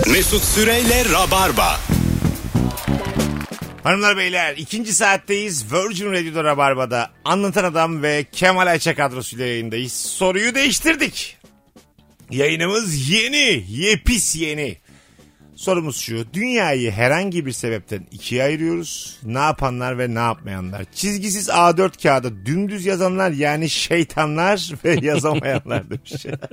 Mesut Süreyle Rabarba. Hanımlar beyler, ikinci saatteyiz. Virgin Radio'da Rabarba'da Anlatan Adam ve Kemal Ayça kadrosuyla yayındayız. Soruyu değiştirdik. Yayınımız yepis yeni. Sorumuz şu: dünyayı herhangi bir sebepten ikiye ayırıyoruz. Ne yapanlar ve ne yapmayanlar. Çizgisiz A4 kağıda dümdüz yazanlar, yani şeytanlar ve yazamayanlar demiş.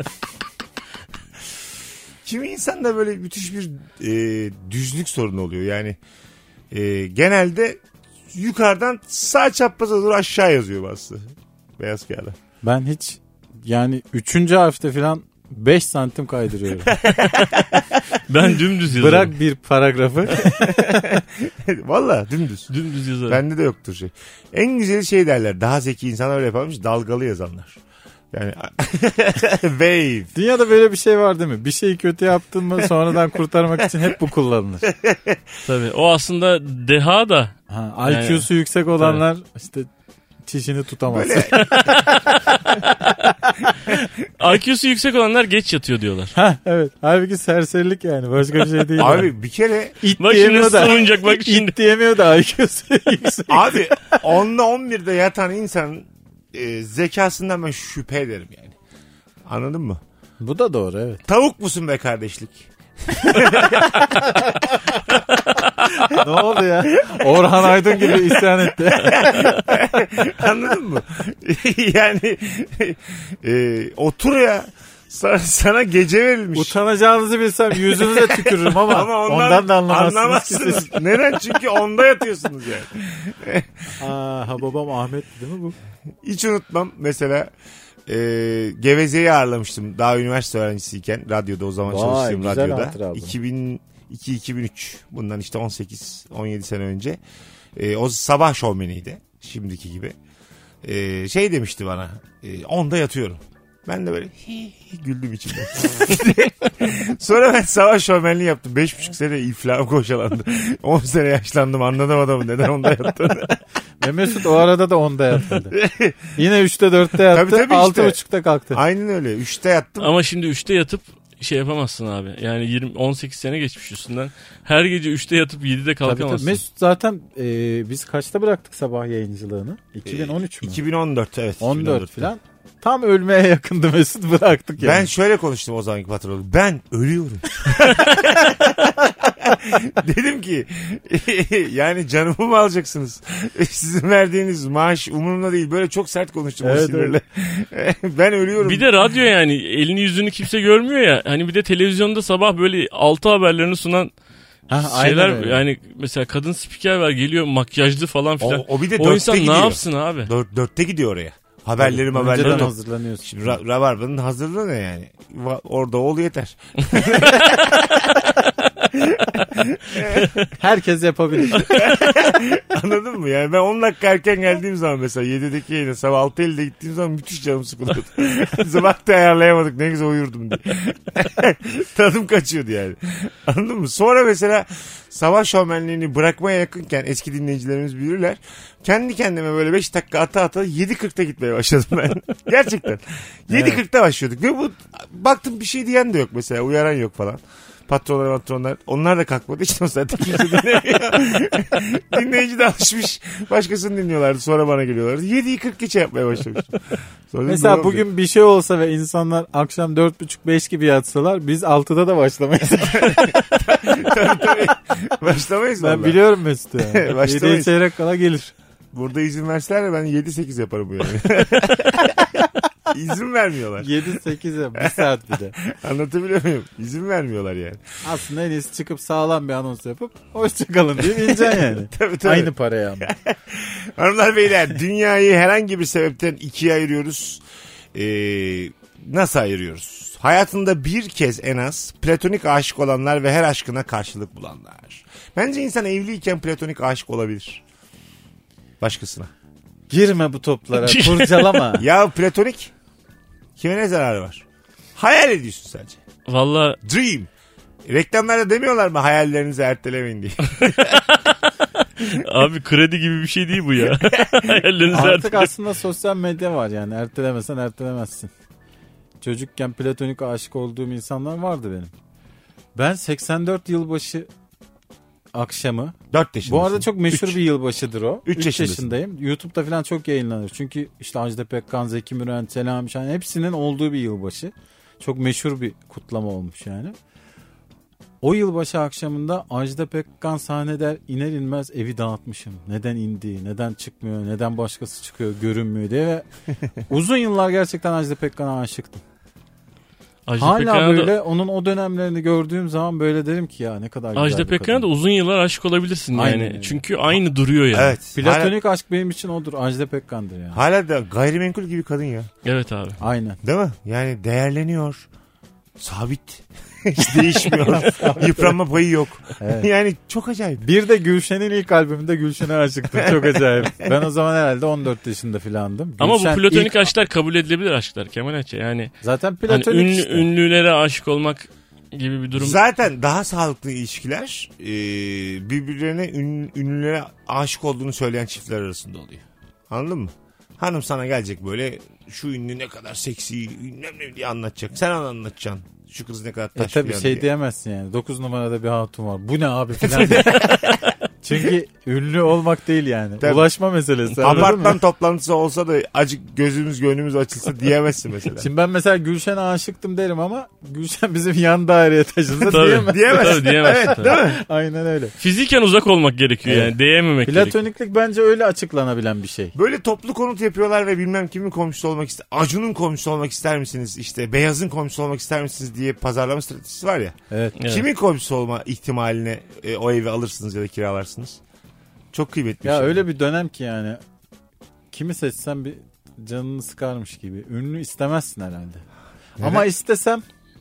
Kimi insanda böyle müthiş bir düzlük sorunu oluyor. Yani genelde yukarıdan sağ çapraza doğru aşağı yazıyor bazısı beyaz kağıda. Ben hiç, yani 3. harfte falan 5 santim kaydırıyorum. Ben dümdüz yazarım. Bırak bir paragrafı. Valla dümdüz. Dümdüz yazarım. Bende de yoktur şey. En güzeli şey derler. Daha zeki insanlar öyle yaparmış. Dalgalı yazanlar. Yani wave. Dünyada böyle bir şey var değil mi? Bir şeyi kötü yaptın mı sonradan kurtarmak için hep bu kullanılır. Tabii o aslında deha da. Ha, IQ'su yüksek olanlar işte çişini tutamaz. IQ'su yüksek olanlar geç yatıyor diyorlar. Ha evet. Halbuki serserilik yani. Başka bir şey değil. Abi yani. bir kere İt Bak diyemiyor şimdi savunacak bak şimdi. İt diyemiyor da IQ'su yüksek. abi 10'da 11'de yatan insanın zekasından ben şüphe ederim yani. Anladın mı? Bu da doğru, evet. Tavuk musun be kardeşlik? Ne oldu ya? Orhan Aydın gibi isyan etti. Anladın mı? Yani otur ya. Sana gece verilmiş. Utanacağınızı bilsem yüzünüze tükürürüm ama ondan da anlamazsınız ki siz. Neden? Çünkü onda yatıyorsunuz yani. Ha babam Ahmet değil mi bu? Hiç unutmam mesela Geveze'yi ağırlamıştım daha üniversite öğrencisiyken radyoda, o zaman çalıştığım radyoda. 2002-2003, bundan işte 18-17 sene önce. O sabah şovmeniydi şimdiki gibi. Şey demişti bana, onda yatıyorum. Ben de böyle güldüm içimde. Sonra ben savaş şovmenliği yaptım. 5,5 sene iflahım koşalandı. 10 sene yaşlandım, anladım adamı neden onda yattığını. Mesut o arada da 10'da yattı. Yine 3'te 4'te yattı. Tabii 6.30'da kalktı. Aynen öyle. 3'te yattım. Ama şimdi 3'te yatıp şey yapamazsın abi. Yani 18 sene geçmiş üstünden. Her gece 3'te yatıp 7'de kalkamazsın. Tabii. Mesut zaten biz kaçta bıraktık sabah yayıncılığını? 2013 mü? 2014 evet. 14 falan. Tam ölmeye yakındı Mesut, bıraktık yani. Ben şöyle konuştum o zamanki patronum. Ben ölüyorum. Dedim ki yani canımı mı alacaksınız? Sizin verdiğiniz maaş umurumda değil. Böyle çok sert konuştum o sinirle. Ben ölüyorum. Bir de radyo, yani elini yüzünü kimse görmüyor ya. Hani bir de televizyonda sabah böyle 6 haberlerini sunan şeyler, yani mesela kadın spiker var, geliyor makyajlı falan filan. O bir de o insan gidiyor. Ne yapsın abi? 4'te gidiyor oraya. Haberleri hazırlanıyorsun. Şimdi Rabarba'nın hazırlığı ne yani? Orada ol yeter. Herkes yapabilir. Anladın mı? Yani ben 10 dakika erken geldiğim zaman mesela 7'deki yayına sabah 6.50'de gittiğim zaman müthiş canım sıkılıyordu. Vakti ayarlayamadık, ne güzel uyurdum diye. Tadım kaçıyordu yani. Anladın mı? Sonra mesela sabah şovmenliğini bırakmaya yakınken eski dinleyicilerimiz bilirler. Kendi kendime böyle 5 dakika ata 7.40'da gitmeye başladım ben. Gerçekten. 7.40'da başlıyorduk. Ve bu baktım bir şey diyen de yok mesela. Uyaran yok falan. Patronlar onlar da kalkmadı. İşte o zaten kimse dinlemiyor. Dinleyici de alışmış. Başkasını dinliyorlardı. Sonra bana geliyorlardı. 7'yi 40 geçe yapmaya başlamıştım. Sonra mesela bugün bir şey olsa ve insanlar akşam 4.30-5 gibi yatsalar biz 6'da da başlamayız. tabii. Başlamayız ben vallahi. Biliyorum Mesut'u yani. 7'ye çeyrek kala gelir. Burada izin verseler de ben 7-8 yaparım bu yani. İzin vermiyorlar. 7-8'e 1 saat bir de. Anlatabiliyor muyum? İzin vermiyorlar yani. Aslında en iyisi çıkıp sağlam bir anons yapıp hoşçakalın diye ineceksin yani. tabii. Aynı paraya ama. Hanımlar beyler, dünyayı herhangi bir sebepten ikiye ayırıyoruz. Nasıl ayırıyoruz? Hayatında bir kez en az platonik aşık olanlar ve her aşkına karşılık bulanlar. Bence insan evliyken platonik aşık olabilir. Başkasına. Girme bu toplara, kurcalama. Ya platonik kime ne zararı var? Hayal ediyorsun sadece. Valla. Dream. Reklamlarda demiyorlar mı hayallerinizi ertelemeyin diye. Abi kredi gibi bir şey değil bu ya. Artık aslında sosyal medya var yani, ertelemesen ertelemezsin. Çocukken platonik aşık olduğum insanlar vardı benim. Ben 84 yılbaşı akşamı. 4 yaşındasın. Bu arada çok meşhur 3. bir yılbaşıdır o. 3 yaşındayım. YouTube'da falan çok yayınlanır. Çünkü işte Ajda Pekkan, Zeki Müren, Selami Şahin hepsinin olduğu bir yılbaşı. Çok meşhur bir kutlama olmuş yani. O yılbaşı akşamında Ajda Pekkan sahnede iner inmez evi dağıtmışım. Neden indi, neden çıkmıyor, neden başkası çıkıyor, görünmüyor diye. Ve uzun yıllar gerçekten Ajda Pekkan'a aşıktım. Hala böyle onun o dönemlerini gördüğüm zaman böyle derim ki ya ne kadar güzel Ajda Pekkan'a da uzun yıllar aşık olabilirsin Aynen yani. öyle. Çünkü aynı duruyor yani. Evet. Platonik aşk benim için odur. Ajda Pekkan'dır yani. Hala da gayrimenkul gibi kadın ya. Evet abi. Aynen. Değil mi? Yani değerleniyor. Sabit. Hiç değişmiyor. Yıpranma payı yok. Evet. Yani çok acayip. Bir de Gülşen'in ilk albümünde Gülşen'e aşıktım. Çok acayip. Ben o zaman herhalde 14 yaşında filandım. Ama bu Gülşen platonik aşklar kabul edilebilir aşklar Kemal Ayça. Yani zaten hani platonik işte. ünlülere aşık olmak gibi bir durum. Zaten daha sağlıklı ilişkiler birbirlerine ünlülere aşık olduğunu söyleyen çiftler arasında oluyor. Anladın mı? Hanım sana gelecek böyle şu ünlü ne kadar seksi bilmem ne diye anlatacak. Sen onu anlatacaksın. Şu kız ne kadar taş Tabii filan şey diye. diyemezsin yani. 9 numarada bir hatun var. Bu ne abi filan. Çünkü ünlü olmak değil yani. Tabii. Ulaşma meselesi. Anladın Apartman mı? toplantısı olsa da acık gözümüz gönlümüz açılsa diyemezsin mesela. Şimdi ben mesela Gülşen'e aşıktım derim ama Gülşen bizim yan daireye taşınsa Tabii. diyemem. Diyemezsin. Tabii diyemezsin. Evet, değil mi? Aynen öyle. Fiziken uzak olmak gerekiyor yani. Değememek gerekiyor. Platoniklik bence öyle açıklanabilen bir şey. Böyle toplu konut yapıyorlar ve bilmem kimin komşusu olmak ister. Acun'un komşusu olmak ister misiniz? İşte Beyaz'ın komşusu olmak ister misiniz diye pazarlama stratejisi var ya. Evet. Evet. Kimin komşusu olma ihtimaline o evi alırsınız ya da kiralarsınız? Çok kıymetli bir Ya şey. öyle bir dönem ki yani kimi seçsem bir canını sıkarmış gibi. Ünlü istemezsin herhalde. Neden? Ama istesem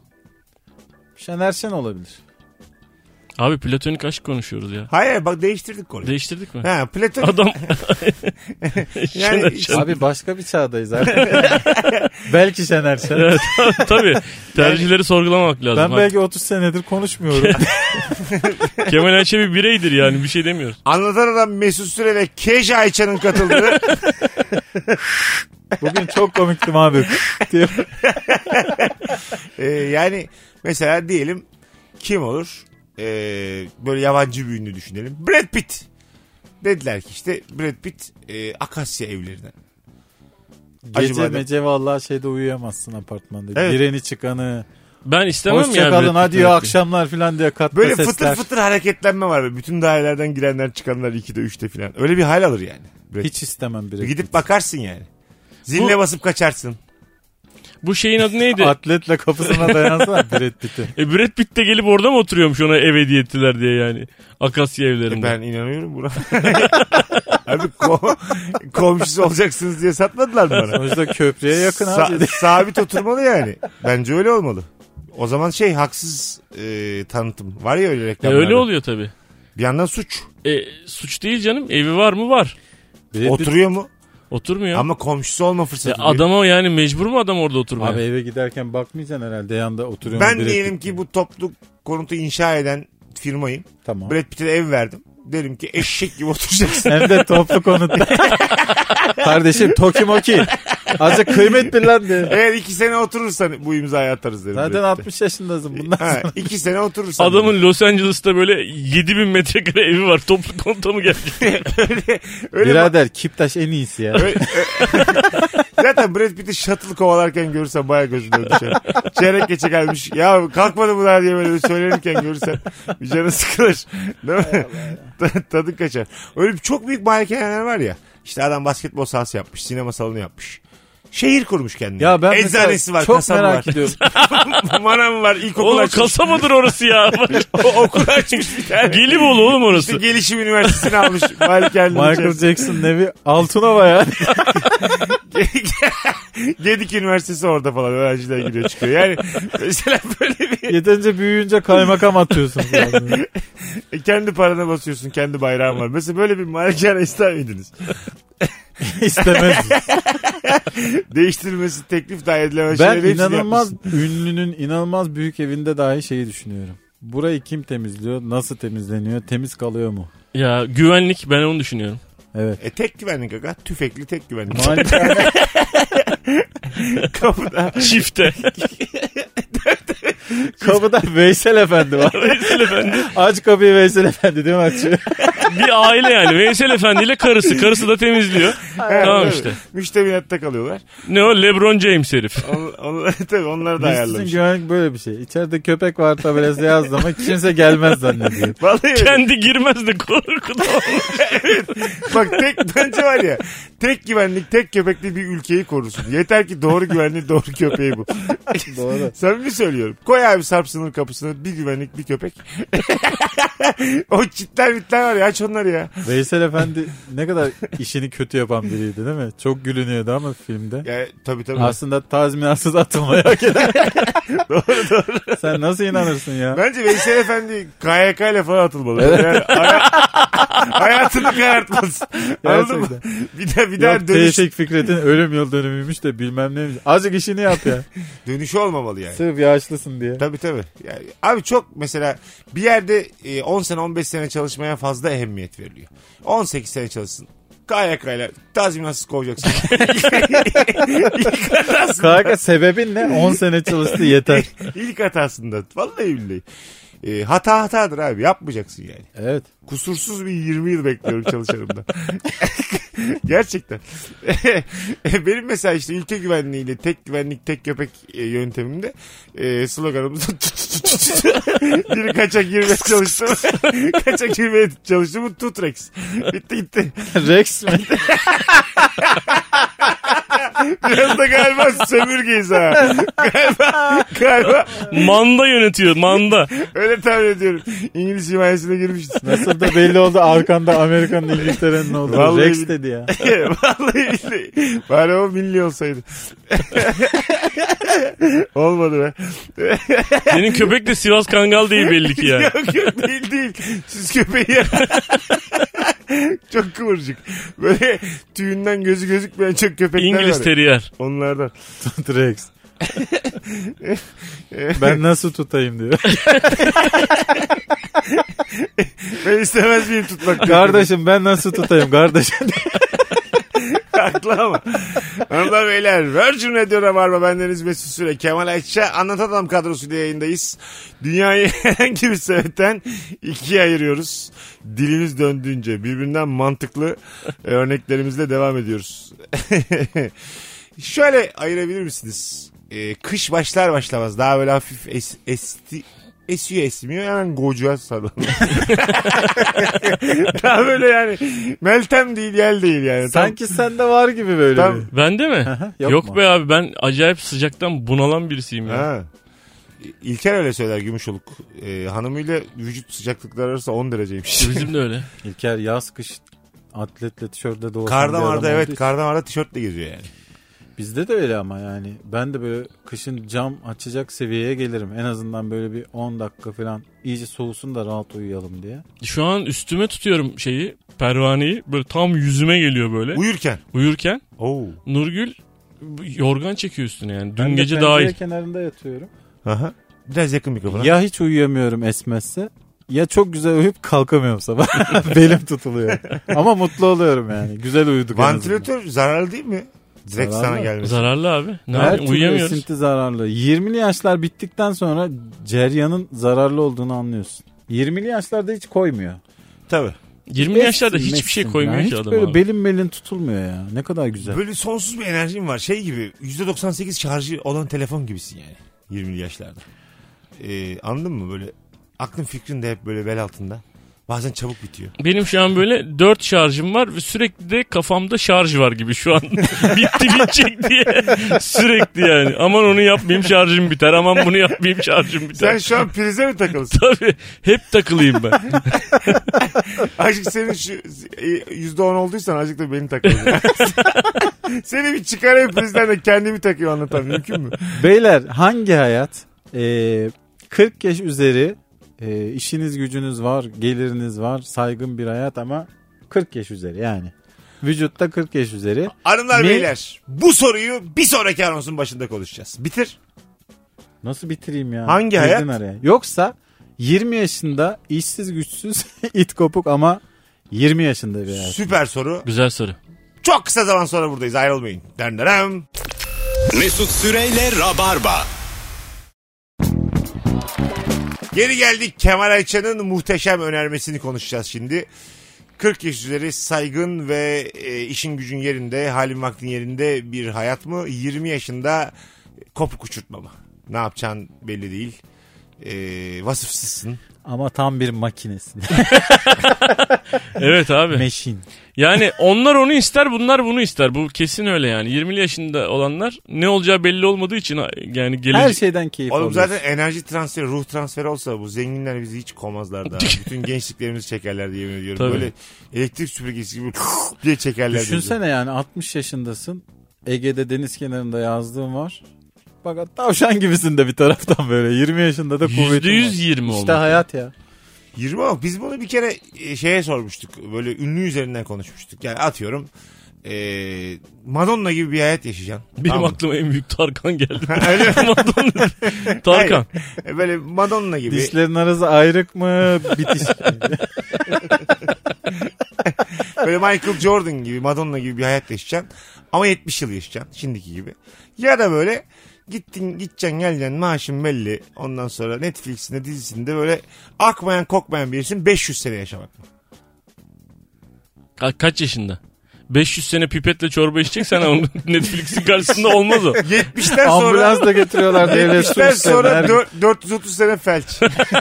Şener Şen olabilir. Abi platonik aşk konuşuyoruz ya. Hayır bak değiştirdik konuyu. Değiştirdik mi? Ha, Platon. Adam Yani Abi başka bir çağdayız abi. Belki Şener Şen. evet, tabii tercihleri sorgulamamak lazım. Ben belki 30 senedir konuşmuyorum. Kemal Ayça bir bireydir yani bir şey demiyoruz. Anlatan Adam Mesut Süre ve Keja Ayça'nın katıldığı Bugün çok komiktim abi. yani mesela diyelim kim olur? Böyle yabancı bir ünlü düşünelim. Brad Pitt. Dediler ki işte Brad Pitt Akasya evlerinden. Gece Acaba mece vallahi şeyde uyuyamazsın apartmanda. Evet. Gireni çıkanı. Ben istemem ya. Hoşçakalın Brad hadi Pitt'i. iyi akşamlar filan diye katta Böyle sesler. fıtır fıtır hareketlenme var. Böyle. Bütün dairelerden girenler çıkanlar 2'de 3'te filan. Öyle bir hal alır yani. Brad Hiç istemem biri. Gidip bakarsın yani. Ziline basıp kaçarsın. Bu şeyin adı neydi? Atletle kapısına dayansana Brad Pitt'i. Brad Pitt de gelip orada mı oturuyormuş ona ev hediye ettiler diye yani. Akasya evlerinde. Ben inanıyorum buna. Abi komşusu olacaksınız diye satmadılar mı bana? Sonuçta köprüye yakın abi. Sabit oturmalı yani. Bence öyle olmalı. O zaman haksız tanıtım. Var ya öyle reklamlarda. Öyle oluyor tabii. Bir yandan suç. Suç değil canım. Evi var mı? Var. Brad Pitt- Oturuyor mu? Oturmuyor. Ama komşusu olma fırsatı. diyor. Adama yani mecbur mu adam orada oturmaya? Abi eve giderken bakmayacaksın herhalde yanda oturuyor. Ben diyelim ki bu toplu konutu inşa eden firmayım. Tamam. Brad Pitt'e ev verdim. Derim ki eşek gibi oturacaksın. Hem de toplu konutta. Kardeşim Toki Moki. Azıcık kıymet bil lan diye. Eğer 2 sene oturursan bu imzayı atarız derim. Zaten Brad Pitt'e. 60 yaşındasın bundan Ha, sonra. 2 sene oturursan. Adamın Los Angeles'ta böyle 7000 metrekare evi var. Toplu konuta mı gelecek? öyle Birader Kiptaş en iyisi ya. Zaten Brad Pitt'i shuttle kovalarken görürsen baya gözüne düşer. Çeyrek geçe gelmiş. Ya kalkmadı bu daha diye böyle söylenirken görürsen bir canı sıkılır. Değil mi? Tadın kaçar. Öyle çok büyük malikaneler var ya. İşte adam basketbol sahası yapmış. Sinema salonu yapmış. Şehir kurmuş kendine. Ya ben eczanesi var, çok kasabı merak var. ediyorum. Manavı var, ilkokul Oğlum açmış. kasabadır orası ya. Okul açmış bir tane. Gelibolu oğlum orası. İşte Gelişim Üniversitesi'ni almış. Malikanenin Michael içerisinde. Jackson'ın evi Altınova ya. Gedik Üniversitesi orada falan. Öğrenciler giriyor çıkıyor. Yani mesela böyle bir Yeterince büyüyünce kaymakam atıyorsun. falan. kendi parana basıyorsun. Kendi bayrağın var. Mesela böyle bir malikane ister miydiniz? İstemez. Değiştirilmesi teklif dahi edilemez Ben şeyleri hepsini inanılmaz yapmışsın. ünlünün inanılmaz büyük evinde dahi şeyi düşünüyorum. Burayı kim temizliyor? Nasıl temizleniyor? Temiz kalıyor mu? Ya güvenlik ben onu düşünüyorum. Evet. Tek güvenlik aga. Tüfekli tek güvenlik. Malikane Kapıda. Çifte. Kapıda Veysel Efendi var. Veysel Efendi. Aç kapıyı Veysel Efendi değil mi açıyor? Bir aile yani. Veysel Efendi ile karısı. Karısı da temizliyor. Tamam işte. Müştemilatta kalıyorlar. Ne o? LeBron James herif. Tabii onları da ayarlamış. Sizin güvenlik böyle bir şey. İçeride köpek var tabelası yazdı ama kimse gelmez zannediyor. Vallahi Kendi girmez de korkudan. evet. Bak bence var ya, tek güvenlik tek köpekli bir ülkeyi korursun. Yeter ki doğru güvenliği doğru köpeği bu. Doğru. Samimi söylüyorum. Koy abi Sarp sınır kapısına bir güvenlik bir köpek. O çitler bitler var ya, aç onları ya. Veysel Efendi ne kadar işini kötü yapan biriydi değil mi? Çok gülünüyordu ama filmde. Ya, tabii. Aslında tazminatsız atılmaya hak eder. Doğru. Sen nasıl inanırsın ya? Bence Veysel Efendi KYK ile falan atılmalı. Yani hayatını karartmaz. Anladın mı? Bir daha dönüş. Tevfik Fikret'in ölüm yıl dönümüymüş de bilmem neymiş. Azıcık işini yap ya. Dönüşü olmamalı yani. Sırf yaşlısın diye. Tabii. Yani, abi çok mesela bir yerde 10 sene 15 sene çalışmaya fazla ehemmiyet veriliyor. 18 sene çalışsın. KYK ile tazminatsız kovacaksın. KYK sebebin ne? 10 sene çalıştı yeter. İlk hatasında. Vallahi billahi. Hatadır abi. Yapmayacaksın yani. Evet. Kusursuz bir 20 yıl bekliyorum çalışanımda. Gerçekten. Benim mesela işte ülke güvenliğiyle tek güvenlik tek köpek yöntemimde sloganımız biri kaçak girmeye çalıştı mı? Kaçak girmeye çalıştı mı? Tut Rex. Bitti gitti. Rex mi? Biraz da galiba sömürgeyiz ha. Galiba. Manda yönetiyor. Manda. Öyle tahmin ediyorum. İngiliz himayesine girmişiz. Nasıl da belli oldu arkanda Amerika'nın İngiltere'nin olduğu. Vallahi Rex dedi ya. Vallahi billahi. Bari o milli olsaydı. Olmadı be. Senin köpek de Sivas Kangal değil belli ki ya. Yok değil. Siz köpeği yer. Çok kıvırcık. Böyle tüyünden gözü gözükmeyen çok köpekler İngiliz var. Terrier. Onlardan. Rex. Ben nasıl tutayım diyor. Ben istemez miyim tutmak? Kardeşim ben nasıl tutayım kardeşim. Haklı ama. Hanımlar beyler, Virgin Radio Rabarba, bendeniz Mesut Süre, Kemal Ayça, Anlatan Adam kadrosuyla yayındayız. Dünyayı herhangi bir sebepten ikiye ayırıyoruz. Dilimiz döndüğünce birbirinden mantıklı örneklerimizle devam ediyoruz. Şöyle ayırabilir misiniz? Kış başlar başlamaz daha böyle hafif esiyor esmiyor, hemen gocuğa sarılıyor. Daha böyle yani Meltem değil, yel değil yani. Sanki sende var gibi böyle. Tam. Bende mi? Yok be abi, ben acayip sıcaktan bunalan birisiyim ya. Ha. İlker öyle söyler, Gümüşoluk. Hanımıyla vücut sıcaklıkları arası 10 dereceymiş. Bizim de öyle. İlker yaz kış atletle tişörtle doğsan Karda vardı, evet, karda vardı, tişörtle geziyor yani. Bizde de öyle ama yani ben de böyle kışın cam açacak seviyeye gelirim. En azından böyle bir 10 dakika falan iyice soğusun da rahat uyuyalım diye. Şu an üstüme tutuyorum pervaneyi, böyle tam yüzüme geliyor böyle. Uyurken. Oo. Nurgül yorgan çekiyor üstüne yani. Dün ben gece dahil. dahil. Ben kenarında yatıyorum. Aha. Biraz yakın mikrofona. Ya hiç uyuyamıyorum esmezse, ya çok güzel uyuyup kalkamıyorum sabah. Belim tutuluyor. Ama mutlu oluyorum yani. Güzel uyuduk. Vantilatör zararlı değil mi? Direkt sana gelmesi. Zararlı abi. Her türlü uyuyamıyoruz. esinti zararlı. 20'li yaşlar bittikten sonra ceryanın zararlı olduğunu anlıyorsun. 20'li yaşlarda hiç koymuyor. Tabii. 20 yaşlarda hiçbir şey koymuyor yani. ki Hiç adam böyle abi. belin tutulmuyor ya. Ne kadar güzel. Böyle sonsuz bir enerjim var. Şey gibi, %98 şarjı olan telefon gibisin yani. 20'li yaşlarda. Anladın mı? Böyle aklın fikrin de hep böyle bel altında. Bazen çabuk bitiyor. Benim şu an böyle 4 şarjım var ve sürekli de kafamda şarj var gibi şu an. Bitecek diye. Sürekli yani. Aman onu yapmayayım, şarjım biter. Aman bunu yapmayayım, şarjım biter. Sen şu an prize mi takılsın? Tabii. Hep takılıyım ben. Azıcık senin şu %10 olduysan azıcık da beni takılın. Seni bir çıkarayım prizden de kendimi takayım, anlatam. Mümkün mü? Beyler, hangi hayat 40 yaş üzeri işiniz gücünüz var, geliriniz var, saygın bir hayat ama 40 yaş üzeri yani. Vücutta 40 yaş üzeri. Hanımlar beyler, bu soruyu bir sonraki anonsun başında konuşacağız. Bitir. Nasıl bitireyim ya? Hangi hayat? Araya. Yoksa 20 yaşında işsiz güçsüz it kopuk ama 20 yaşında bir hayat. Süper soru. Güzel soru. Çok kısa zaman sonra buradayız, ayrılmayın. Dernerem. Mesut Süreyle Rabarba. Geri geldik. Kemal Ayça'nın muhteşem önermesini konuşacağız şimdi. 40 yaş üzeri saygın ve işin gücün yerinde, halin vaktin yerinde bir hayat mı? 20 yaşında kopuk uçurtma mı? Ne yapacağın belli değil. Vasıfsızsın. Ama tam bir makinesin. Evet abi. Meşin. Yani onlar onu ister, bunlar bunu ister. Bu kesin öyle yani. 20'li yaşında olanlar ne olacağı belli olmadığı için yani gelecek. Her şeyden keyif Oğlum alıyorsun. zaten enerji transferi, ruh transferi olsa bu zenginler bizi hiç kovmazlardı. Bütün gençliklerimizi çekerlerdi yemin ediyorum. Tabii. Böyle elektrik süpürgesi gibi diye çekerlerdi. Düşünsene yani 60 yaşındasın. Ege'de deniz kenarında yazlığın var. Bak tavşan gibisin de bir taraftan böyle. 20 yaşında da kuvvetin var. %120 oldu. İşte hayat ya. 20 ama biz bunu bir kere şeye sormuştuk. Böyle ünlü üzerinden konuşmuştuk. Yani atıyorum Madonna gibi bir hayat yaşayacaksın. Benim tamam. aklıma en büyük Tarkan geldi. Öyle mi? Madonna. Tarkan. Hayır. Böyle Madonna gibi. Dişlerin arası ayrık mı? Bitiş. Böyle Michael Jordan gibi, Madonna gibi bir hayat yaşayacaksın. Ama 70 yıl yaşayacaksın. Şimdiki gibi. Ya da böyle gideceksin geleceksin, maaşın belli. Ondan sonra Netflix'inde, dizisinde böyle akmayan kokmayan birisin, 500 sene yaşamak mı? Kaç yaşında? 500 sene pipetle çorba içeceksen onun Netflix'in karşısında olmaz o. 70'ten sonra Ambulansla getiriyorlar devlet 70'ten sonra suçlarına. 430 sene felç.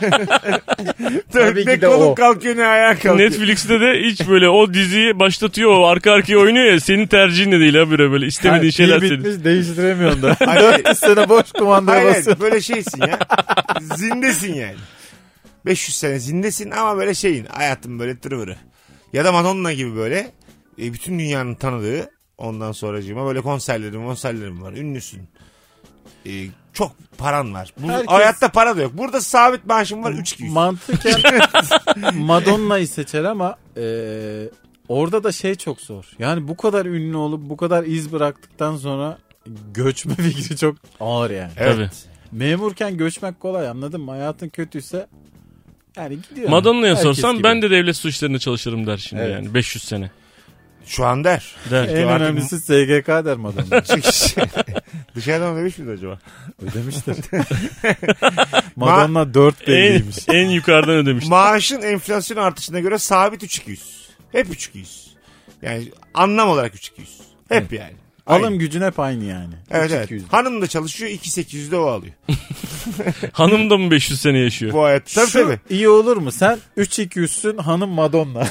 Tabii ne ki de kolun o. kalkıyor ne ayağın kalkıyor. Netflix'te de hiç böyle o diziyi başlatıyor, o arka arkaya oynuyor ya, senin tercihin de değil ha böyle istemediğin şeyler senin. bitmiş değiştiremiyorsun da. Hayır. 400 sene boş kumandaya Hayır, basıyorsun. böyle şeysin ya. Zindesin yani. 500 sene zindesin ama böyle şeyin, hayatın böyle tırvırı. Ya da Madonna gibi böyle bütün dünyanın tanıdığı, ondan sonracığıma böyle konserlerim var. Ünlüsün. Çok paran var. Hayatta para da yok. Burada sabit maaşım var 3-200. Mantıken Madonna'yı seçer ama orada da şey çok zor. Yani bu kadar ünlü olup bu kadar iz bıraktıktan sonra göçme fikri çok ağır yani. Evet. Tabii. Memurken göçmek kolay, anladın mı? Hayatın kötüyse yani gidiyor. Madonna'ya Herkes sorsam gibi. ben de devlet su işlerinde çalışırım der şimdi Evet. yani 500 sene. Şu an der. Der. En Artık- önemlisi SGK der Madonna. Dışarıdan ödemiş miydi acaba? Ödemiştir. Madonna 4 belliymiş. En yukarıdan ödemiş. Maaşın enflasyon artışına göre sabit 3-200. Hep 3-200. Yani anlam olarak 3-200. Hep yani. Alım Aynı. gücün hep aynı yani. Evet 300. evet. Hanım da çalışıyor, 2-800 de o alıyor. Hanım da mı 500 sene yaşıyor? Bu hayat. Tabii Şu tabii. iyi olur mu? Sen 3-200'sün, hanım Madonna.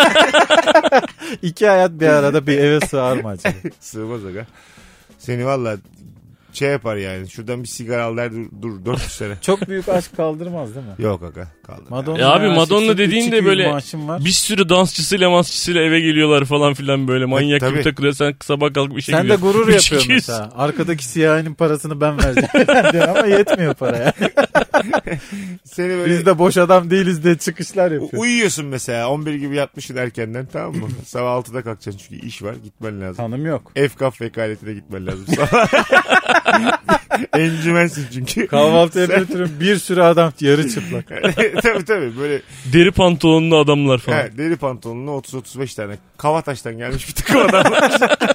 İki hayat bir arada bir eve sığar mı acaba? Sığmaz aga. Seni valla şey yapar yani. Şuradan bir sigara al der dur 400 sene. Çok büyük aşk kaldırmaz değil mi? Yok aga kaldı. Madonna Ya abi aşıksın, Madonna dediğin de 3-200 böyle maaşın var. bir sürü dansçısıyla eve geliyorlar falan filan böyle manyak tabii. gibi takılıyor. Sen sabah kalkıp işe Sen de gidiyorsun. gurur 300. yapıyorsun mesela. Arkadaki siyahinin parasını ben vereceğim diyor ama yetmiyor paraya. Seni böyle Biz de boş adam değiliz diye çıkışlar yapıyor. uyuyorsun mesela 11 gibi yatmışsın erkenden, tamam mı? Sabah 6'da kalkacaksın çünkü iş var, gitmen lazım. Tanım yok. Efkaf vekaletine gitmen lazım sabah. Encümensin çünkü. Kahvaltıya götürün bir sürü adam yarı çıplak. tabii böyle Deri pantolonlu adamlar falan. he, deri pantolonlu 30-35 tane Kavataş'tan gelmiş bir takım adamlar.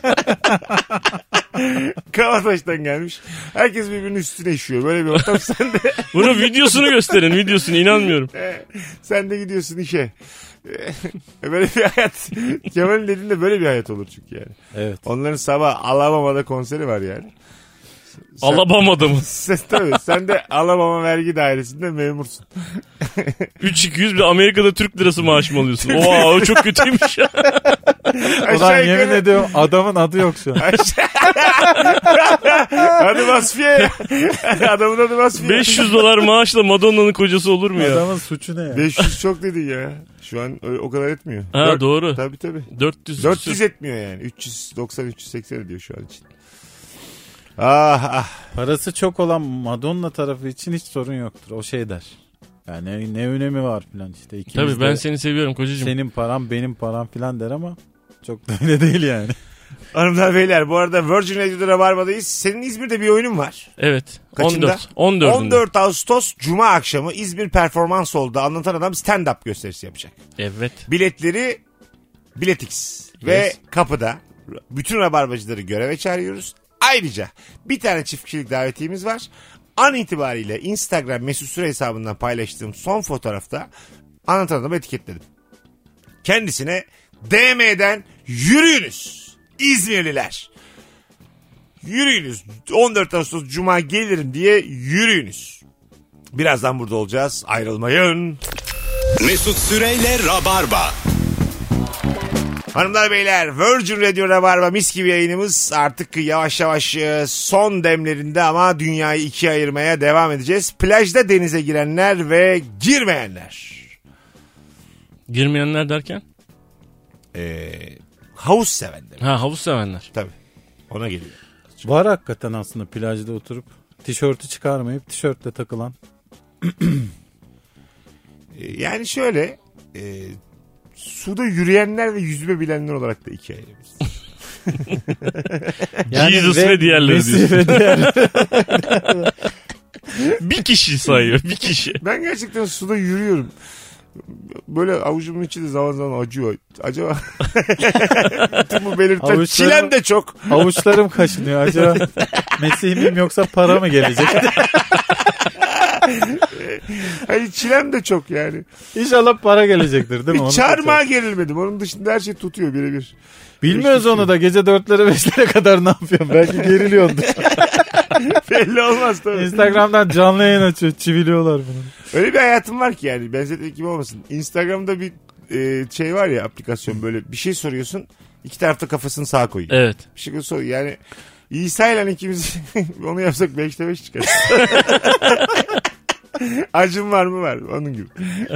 Kavataş'tan gelmiş. Herkes birbirinin üstüne işiyor. Böyle bir ortam sen de. Bunu videosunu gösterin, videosunu, inanmıyorum. Sen de gidiyorsun işe. Böyle bir hayat. Kemal'in dediğinde böyle bir hayat olur çünkü yani. Evet. Onların sabah Alabama'da konseri var yani. Alabama'da mı? Tabii sen de Alabama vergi dairesinde memursun. 3-200 bir Amerika'da Türk lirası maaş mı alıyorsun? Oha o çok kötüymüş ya. Ulan yemin ediyorum adamın adı yok şu an. Adı Vasfiye. Adamın adı Vasfiye. $500 maaşla Madonna'nın kocası olur mu ya? Adamın suçu ne ya? 500 çok dedin ya. Şu an o kadar etmiyor. Ha, doğru. Tabii. 400 etmiyor yani. 390-380 ediyor şu an için. Ah. Parası çok olan Madonna tarafı için hiç sorun yoktur. O şey der. Yani ne önemi var filan işte. İkimiz Tabii ben de seni seviyorum kocacığım. senin param benim param filan der ama çok da öyle değil yani. Hanımlar beyler, bu arada Virgin Radio'da Rabarba'dayız. Senin İzmir'de bir oyunun var. Evet. Kaçında? 14'ünde. 14 Ağustos Cuma akşamı İzmir Performans Hall'da Anlatan Adam stand-up gösterisi yapacak. Evet. Biletleri Biletix ve Yes. kapıda bütün Rabarbacıları göreve çağırıyoruz. Ayrıca bir tane çift kişilik davetiyemiz var. an itibariyle Instagram Mesut Süre hesabından paylaştığım son fotoğrafta anlatan adamı etiketledim. Kendisine DM'den yürüyünüz İzmirliler. Yürüyünüz. 14 Ağustos Cuma gelirim diye yürüyünüz. Birazdan burada olacağız. Ayrılmayın. Mesut Süreyle Rabarba. Hanımlar beyler, Virgin Radio Rabarba mis gibi yayınımız artık yavaş yavaş son demlerinde ama dünyayı ikiye ayırmaya devam edeceğiz. Plajda denize girenler ve girmeyenler. Girmeyenler derken? Havuz sevenler. Ha, havuz sevenler. Tabii. Ona geliyor. Var hakikaten aslında plajda oturup tişörtü çıkarmayıp tişörtle takılan. Yani şöyle suda yürüyenler ve yüzme bilenler olarak da ikiye ayırıyoruz. Jesus ve diğerleri diyorsun. Ve diğerleri. Bir kişi sayıyor, bir kişi. Ben gerçekten suda yürüyorum. Böyle avucumun içi de zaman zaman acıyor. Acaba bütün bu belirtiler. Çilem de çok. Avuçlarım kaşınıyor. Acaba Mesih miyim yoksa para mı gelecek? Hani çilem de çok yani. İnşallah para gelecektir değil mi? Çarmıha gerilmedim. Onun dışında her şey tutuyor birebir. Bilmiyoruz onu da. Gece 4'lere 5'lere kadar ne yapıyorum? Belki geriliyordu. Belli olmaz tabii. Instagram'dan canlı yayın açıyor. Çiviliyorlar bunu. Öyle bir hayatım var ki yani. Benzetmek gibi olmasın. Instagram'da bir şey var ya, aplikasyon, böyle bir şey soruyorsun. İki tarafta kafasını sağa koyuyor. Evet. Bir şey soruyor yani. İsa ile ikimiz onu yapsak 5'te 5 çıkar. Acım var mı? Var. Onun gibi.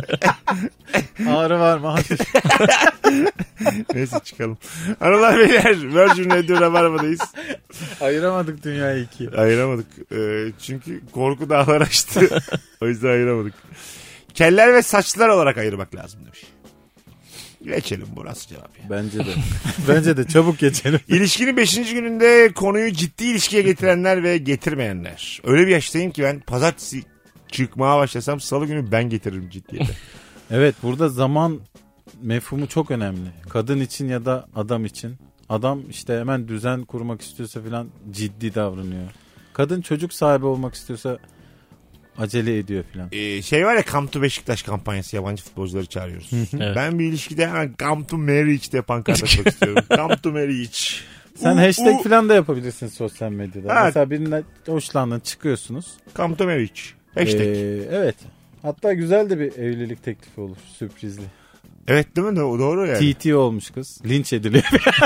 Ağrı var mı? Hayır. Neyse çıkalım. Hanımlar beyler, Virgin Radio Rabarba'dayız. Ayıramadık dünyayı ikiye. Ayıramadık. Çünkü korku dağlar açtı. O yüzden ayıramadık. Keller ve saçlar olarak ayırmak lazım demiş. Geçelim, burası cevap ya. Bence de. Bence de çabuk geçelim. İlişkinin 5. gününde konuyu ciddi ilişkiye getirenler ve getirmeyenler. Öyle bir yaştayım ki ben pazartesi çıkmaya başlasam salı günü ben getiririm ciddiyete. Evet, burada zaman mefhumu çok önemli. Kadın için ya da adam için. Adam işte hemen düzen kurmak istiyorsa falan ciddi davranıyor. Kadın çocuk sahibi olmak istiyorsa acele ediyor falan. Şey var ya, Come to Beşiktaş kampanyası, yabancı futbolcuları çağırıyoruz. Evet. Ben bir ilişkide hemen Come to Marriage diye pankart açmak istiyorum. Come to Marriage. Sen hashtag falan da yapabilirsin sosyal medyada. Ha. Mesela birinden hoşlandın, çıkıyorsunuz. Come to Marriage. Hashtag. Evet. Hatta güzel de bir evlilik teklifi olur. Sürprizli. Evet değil mi? Doğru yani. TT olmuş kız. Linç ediliyor.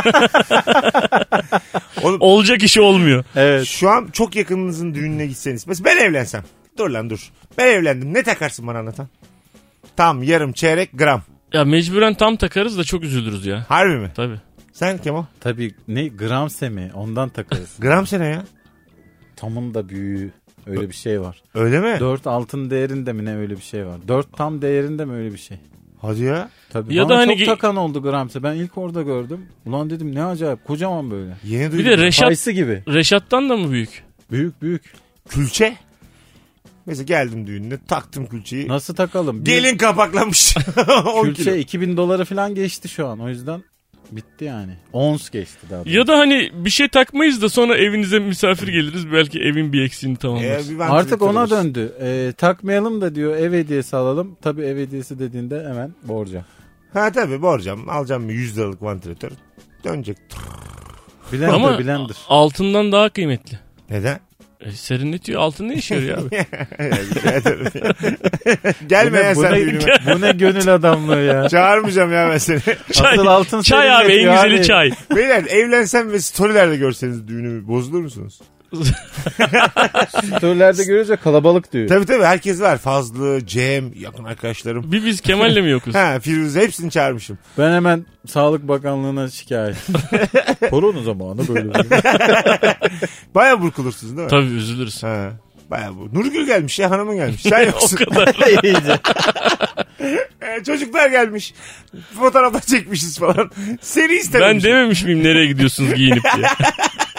Oğlum, Olacak işi olmuyor. Evet. şu an çok yakınınızın düğününe gitseniz. Mesela ben evlensem. Dur lan dur. Ben evlendim. Ne takarsın bana, anlatan? Tam, yarım, çeyrek, gram. Ya mecburen tam takarız da çok üzülürüz ya. Harbi mi? Tabii. Sen Kemal? Tabii ne gramse mi? Ondan takarız. Gram sene ya. Tamın da büyüğü. Öyle bir şey var. Öyle mi? 4 altın değerinde mi ne, öyle bir şey var. 4 tam değerinde mi, öyle bir şey. Hadi ya. Tabii. Ya Bana da hani çok takan oldu gramse. Ben ilk orada gördüm. Ulan dedim ne acayip. Kocaman böyle. Yeni Bir duydum. de Reşat, Kayısı gibi. Reşat'tan da mı büyük? Büyük büyük. Külçe. Mesela geldim düğününe, taktım külçeyi. Nasıl takalım? Gelin kapaklanmış. 10 kilo. Külçe 2000 doları falan geçti şu an. O yüzden bitti yani. Ons geçti daha doğrusu. Ya da hani bir şey takmayız da sonra evinize misafir geliriz. Belki evin bir eksiğini tamamlarız. Bir Artık ona vantilatör döndü. Takmayalım da diyor, ev hediyesi alalım. Tabii ev hediyesi dediğinde hemen borca. Ha tabii, borcam. Alacağım bir 100 liralık vantilatör. Dönecek. Blender, Ama blender. altından daha kıymetli. Neden? Serinletiyor. Altın ne işe yarıyor abi? Rica ederim. Gelme ya sen düğünüme. Bu ne gönül adamlığı ya. Çağırmayacağım ya ben seni. Asıl altın Çay abi, en serinletiyor güzeli abi. çay. Beyler, evlensem ve storylerde görseniz düğünümü bozulur musunuz? Storylerde görünce kalabalık diyor. Tabii herkes var. Fazlı, Cem, yakın arkadaşlarım. Bir biz Kemal'le mi yokuz? Ha, Firuze, hepsini çağırmışım. Ben hemen Sağlık Bakanlığı'na şikayet. Korona zamanı böyle. Baya burkulursunuz değil mi? Tabii üzülürüz. Ha, baya bu. Nurgül gelmiş ya, hanımın gelmiş. Sen yoksun. O kadar. İyice. Çocuklar gelmiş. Fotoğraflar çekmişiz falan. Seni istememişim. Ben dememiş miyim nereye gidiyorsunuz giyinip diye.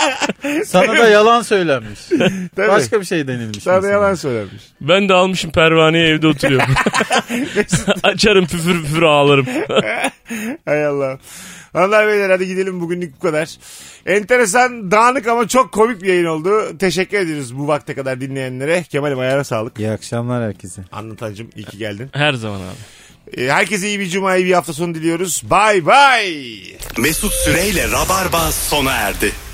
Sana da yalan söylenmiş. Tabii. Başka bir şey denilmiş. Sana da mesela. yalan söylemiş. Ben de almışım pervaneyi, evde oturuyorum. Açarım püfür püfür ağlarım. Hay Allah. Hanımlar beyler hadi gidelim, bugünlük bu kadar. Enteresan, dağınık ama çok komik bir yayın oldu. Teşekkür ediyoruz bu vakte kadar dinleyenlere. Kemal'im ayağına sağlık. İyi akşamlar herkese. Anlatancığım iyi ki geldin. Her zaman abi. Herkese iyi bir cuma, iyi bir hafta sonu diliyoruz. Bye bye. Mesut Süreyle Rabarba sona erdi.